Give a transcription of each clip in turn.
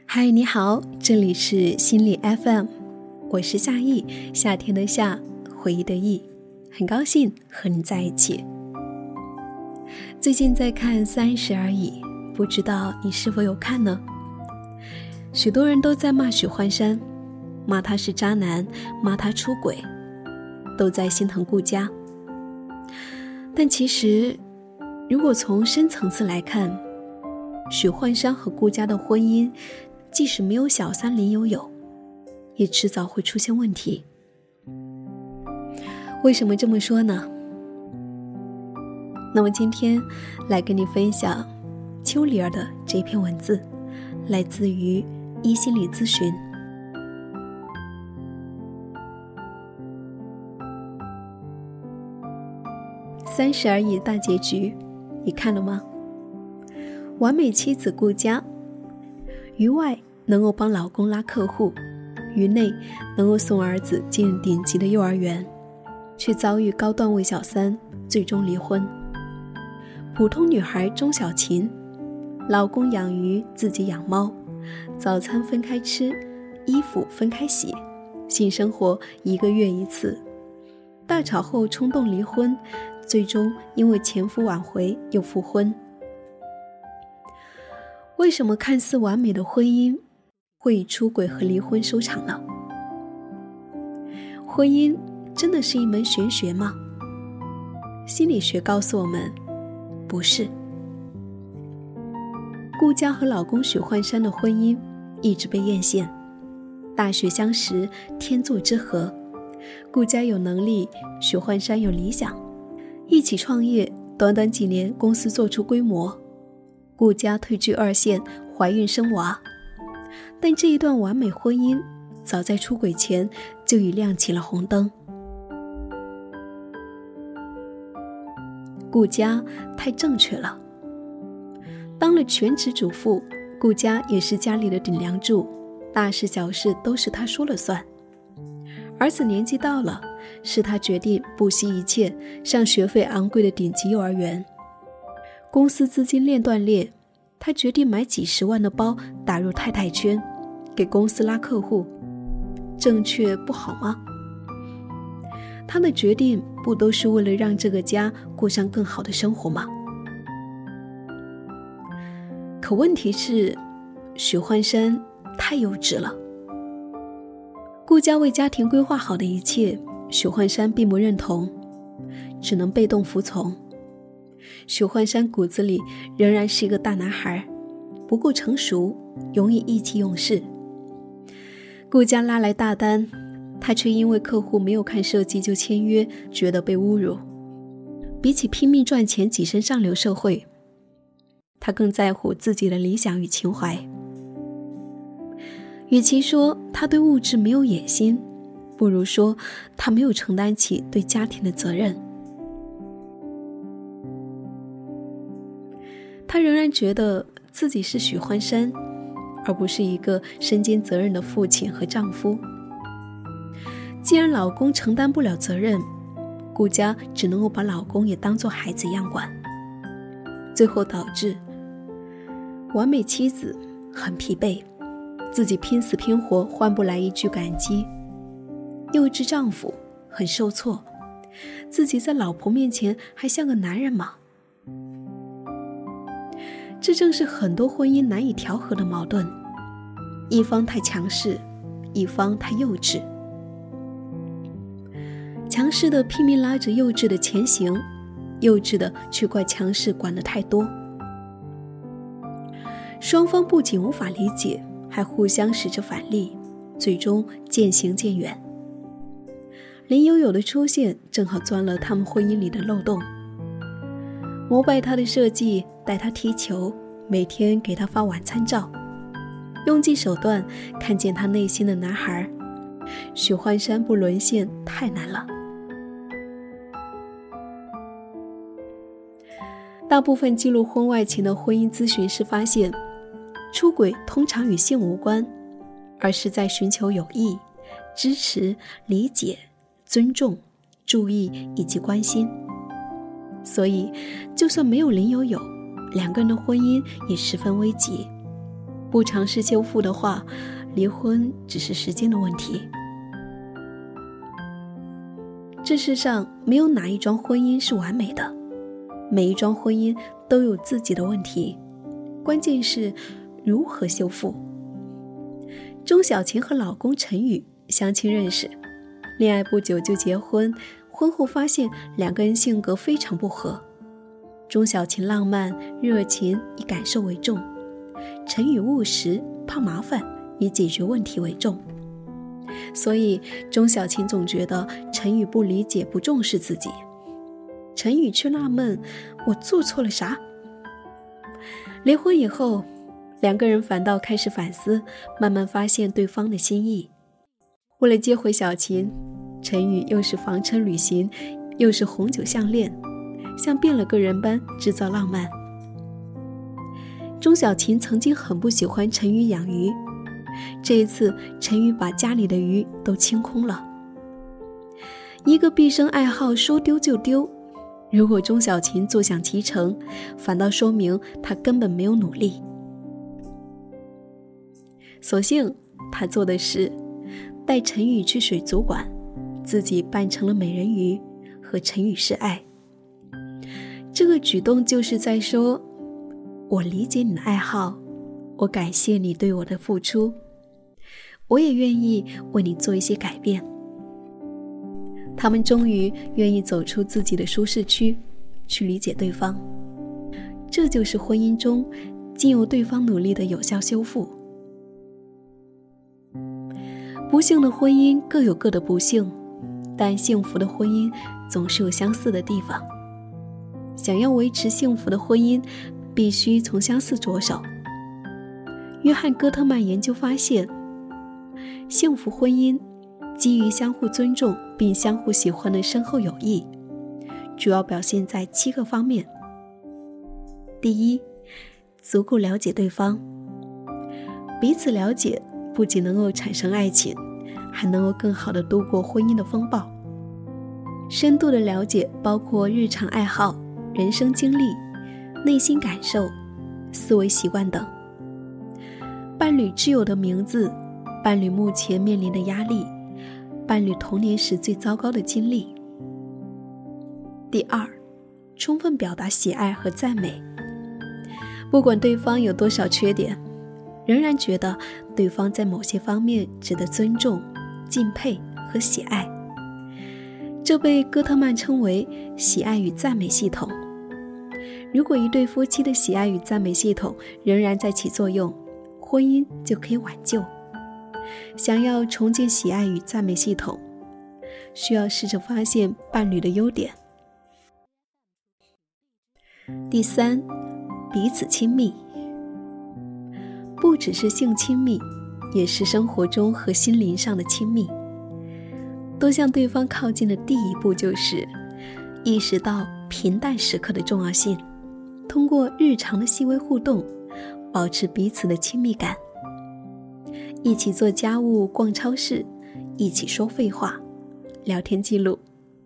嗨，你好，这里是心理 FM， 我是夏意，夏天的夏，回忆的忆，很高兴和你在一起。最近在看30而已，不知道你是否有看呢？许多人都在骂许幻山，骂他是渣男，骂他出轨，都在心疼顾佳。但其实如果从深层次来看，许幻山和顾佳的婚姻即使没有小三林有有，也迟早会出现问题。为什么这么说呢？那么今天来跟你分享秋梨儿的这篇文字，来自于一心理咨询。30而已大结局，你看了吗？完美妻子顾佳，于外能够帮老公拉客户，于内能够送儿子进顶级的幼儿园，却遭遇高段位小三，最终离婚。普通女孩钟小琴，老公养鱼，自己养猫，早餐分开吃，衣服分开洗，性生活1个月1次，大吵后冲动离婚，最终因为前夫挽回又复婚。为什么看似完美的婚姻会以出轨和离婚收场呢？婚姻真的是一门玄学吗？心理学告诉我们，不是。顾佳和老公许幻山的婚姻一直被艳羡，大学相识，天作之合。顾佳有能力，许幻山有理想，一起创业，短短几年公司做出规模。顾佳退居2线，怀孕生娃。但这一段完美婚姻早在出轨前就已亮起了红灯。顾佳太正确了，当了全职主妇，顾佳也是家里的顶梁柱，大事小事都是她说了算。儿子年纪到了，是她决定不惜一切上学费昂贵的顶级幼儿园。公司资金链断裂，她决定买几10万的包打入太太圈，给公司拉客户。正确不好吗？她的决定不都是为了让这个家过上更好的生活吗？可问题是，许幻山太幼稚了。顾佳为家庭规划好的一切，许幻山并不认同，只能被动服从。许幻山骨子里仍然是一个大男孩，不够成熟，容易意气用事。顾佳拉来大单，他却因为客户没有看设计就签约，觉得被侮辱。比起拼命赚钱跻身上流社会，他更在乎自己的理想与情怀。与其说他对物质没有野心，不如说他没有承担起对家庭的责任。他仍然觉得自己是许幻山，而不是一个身兼责任的父亲和丈夫。既然老公承担不了责任，顾佳只能够把老公也当作孩子一样管，最后导致完美妻子很疲惫，自己拼死拼活换不来一句感激；幼稚丈夫很受挫，自己在老婆面前还像个男人吗？这正是很多婚姻难以调和的矛盾，一方太强势，一方太幼稚。强势的拼命拉着幼稚的前行，幼稚的却怪强势管得太多。双方不仅无法理解，还互相使着反例，最终渐行渐远。林有有的出现正好钻了他们婚姻里的漏洞，膜拜他的设计，带他踢球，每天给他发晚餐照，用尽手段看见他内心的男孩。许幻山不沦陷太难了。大部分记录婚外情的婚姻咨询师发现，出轨通常与性无关，而是在寻求友谊、支持、理解、尊重、注意以及关心。所以就算没有林有有，2个人的婚姻也十分危急。 不尝试修复的话，离婚只是时间的问题。这世上没有哪一桩婚姻是完美的，每一桩婚姻都有自己的问题，关键是如何修复。钟小琴和老公陈宇相亲认识，恋爱不久就结婚，婚后发现两个人性格非常不合。钟小琴浪漫热情，以感受为重；陈宇务实怕麻烦，以解决问题为重。所以钟小琴总觉得陈宇不理解不重视自己，陈宇却纳闷，我做错了啥？离婚以后，两个人反倒开始反思，慢慢发现对方的心意。为了接回小琴，陈宇又是房车旅行，又是红酒项链，像变了个人般制造浪漫。钟小琴曾经很不喜欢陈宇养鱼，这一次陈宇把家里的鱼都清空了。一个毕生爱好说丢就丢，如果钟小琴坐享其成，反倒说明她根本没有努力。所幸她做的是带陈宇去水族馆，自己扮成了美人鱼，和陈宇示爱。这个举动就是在说，我理解你的爱好，我感谢你对我的付出，我也愿意为你做一些改变。他们终于愿意走出自己的舒适区，去理解对方。这就是婚姻中经由对方努力的有效修复。不幸的婚姻各有各的不幸，但幸福的婚姻总是有相似的地方。想要维持幸福的婚姻，必须从相似着手。约翰·戈特曼研究发现，幸福婚姻基于相互尊重并相互喜欢的深厚友谊，主要表现在7个方面。第一，足够了解对方。彼此了解不仅能够产生爱情，还能够更好地度过婚姻的风暴。深度的了解包括日常爱好、人生经历、内心感受、思维习惯等。伴侣挚友的名字，伴侣目前面临的压力，伴侣童年时最糟糕的经历。第二，充分表达喜爱和赞美。不管对方有多少缺点，仍然觉得对方在某些方面值得尊重、敬佩和喜爱。这被戈特曼称为喜爱与赞美系统。如果一对夫妻的喜爱与赞美系统仍然在起作用，婚姻就可以挽救。想要重建喜爱与赞美系统，需要试着发现伴侣的优点。第三，彼此亲密。不只是性亲密，也是生活中和心灵上的亲密。多向对方靠近的第一步就是意识到平淡时刻的重要性，通过日常的细微互动保持彼此的亲密感。一起做家务、逛超市，一起说废话、聊天记录。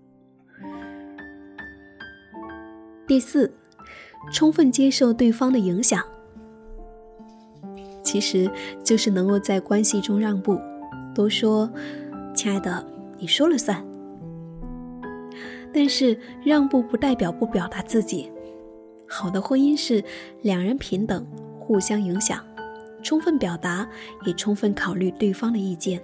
第四，充分接受对方的影响。其实就是能够在关系中让步，多说亲爱的，你说了算。但是让步不代表不表达自己。好的婚姻是两人平等，互相影响，充分表达，也充分考虑对方的意见。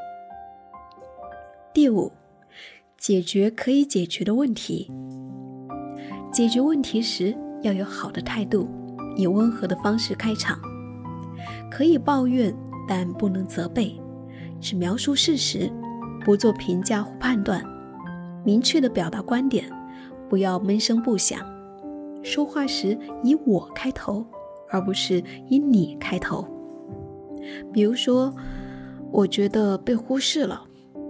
第五，解决可以解决的问题。解决问题时要有好的态度，以温和的方式开场。可以抱怨，但不能责备，只描述事实，不做评价或判断，明确地表达观点，不要闷声不响。说话时以我开头，而不是以你开头。比如说，我觉得被忽视了。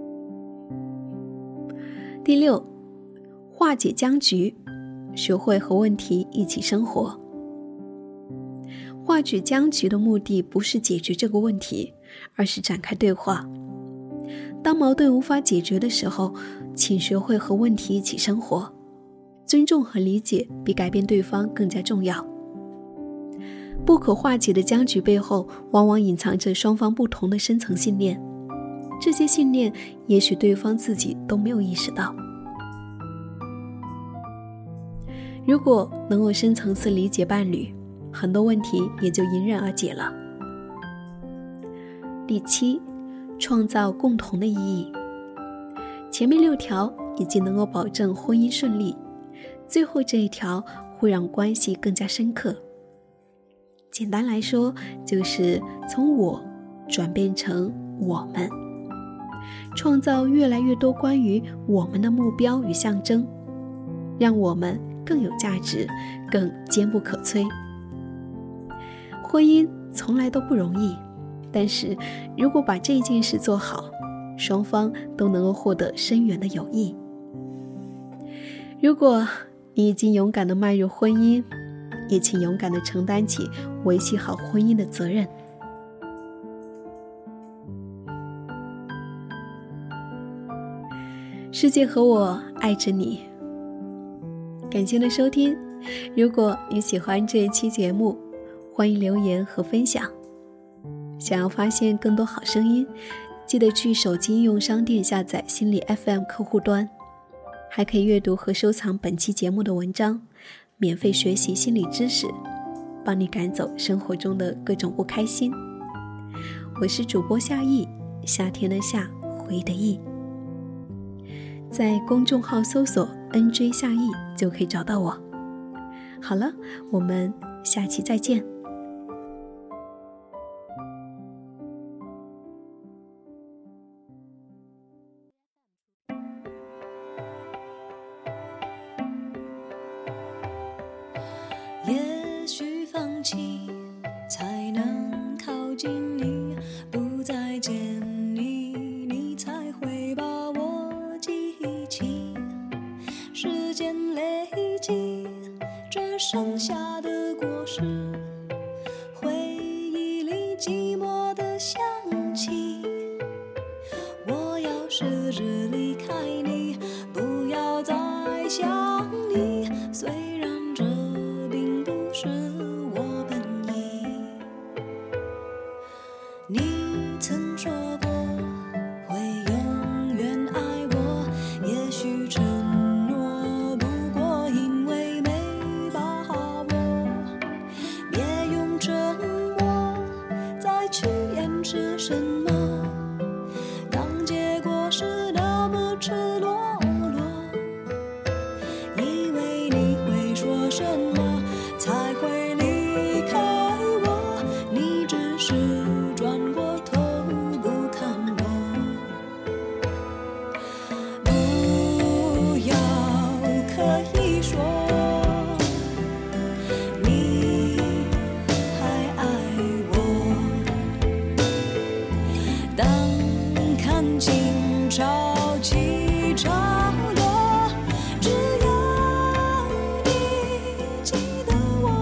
第六，化解僵局，学会和问题一起生活。化解僵局的目的不是解决这个问题，而是展开对话。当矛盾无法解决的时候，请学会和问题一起生活。尊重和理解比改变对方更加重要。 不可化解的僵局背后，往往隐藏着双方不同的深层信念，这些信念也许对方自己都没有意识到。如果能够深层次理解伴侣，很多问题也就迎刃而解了。第7，创造共同的意义。前面6条已经能够保证婚姻顺利，最后这一条会让关系更加深刻。简单来说，就是从我转变成我们，创造越来越多关于我们的目标与象征，让我们更有价值，更坚不可摧。婚姻从来都不容易，但是如果把这件事做好，双方都能够获得深远的友谊。如果你已经勇敢地迈入婚姻，也请勇敢地承担起维系好婚姻的责任。世界和我爱着你。感谢你的收听，如果你喜欢这一期节目，欢迎留言和分享。想要发现更多好声音，记得去手机应用商店下载心理 FM 客户端，还可以阅读和收藏本期节目的文章，免费学习心理知识，帮你赶走生活中的各种不开心。我是主播夏意，夏天的夏，回忆的忆。在公众号搜索 NJ 夏意就可以找到我。好了，我们下期再见。 也许放弃才能靠近你，不再见你，你才会把我记起。时间累积这剩下的果实，回忆里寂寞的香气。我要试着离开你，不要再想你，虽然这是我本意。你曾说过会永远爱我，也许承诺不过因为没把握，别用沉默再去掩饰什么，当结果是那么赤裸裸，以为你会说什么才会离开我，你只是转过头不看我。不要刻意说你还爱我，当看清潮起潮落，只要你记得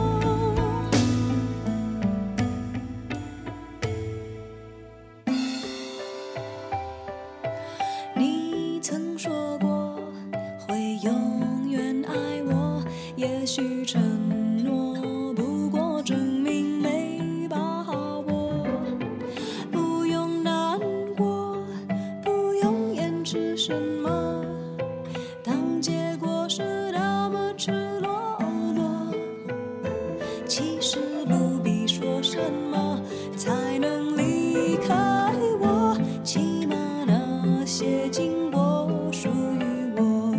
你曾说过会永远爱我，也许承诺不过证明没把握，不用难过，不用掩饰什么，当结果是那么赤裸裸，其实不必说什么才能离开我，起码那些经过属于我。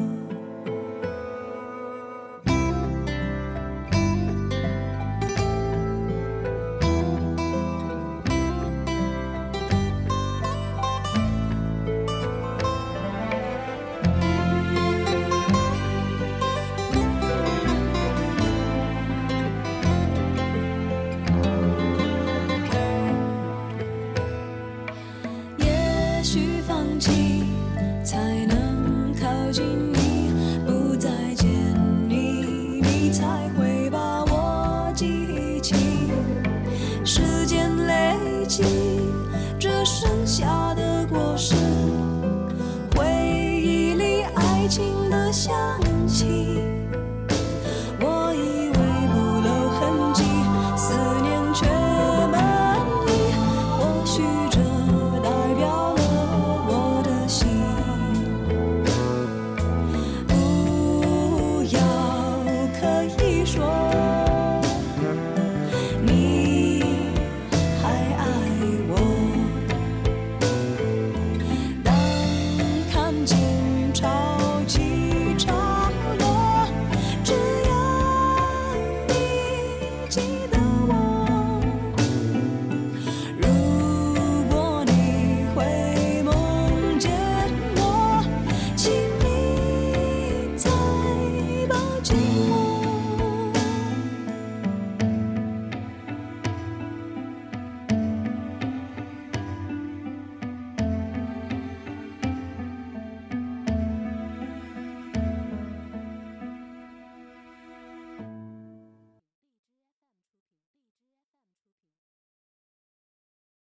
也许放弃才能靠近你，不再见你，你才会把我记起。时间累积这剩下的果实，回忆里爱情的香气。我以为不露痕迹，思念见。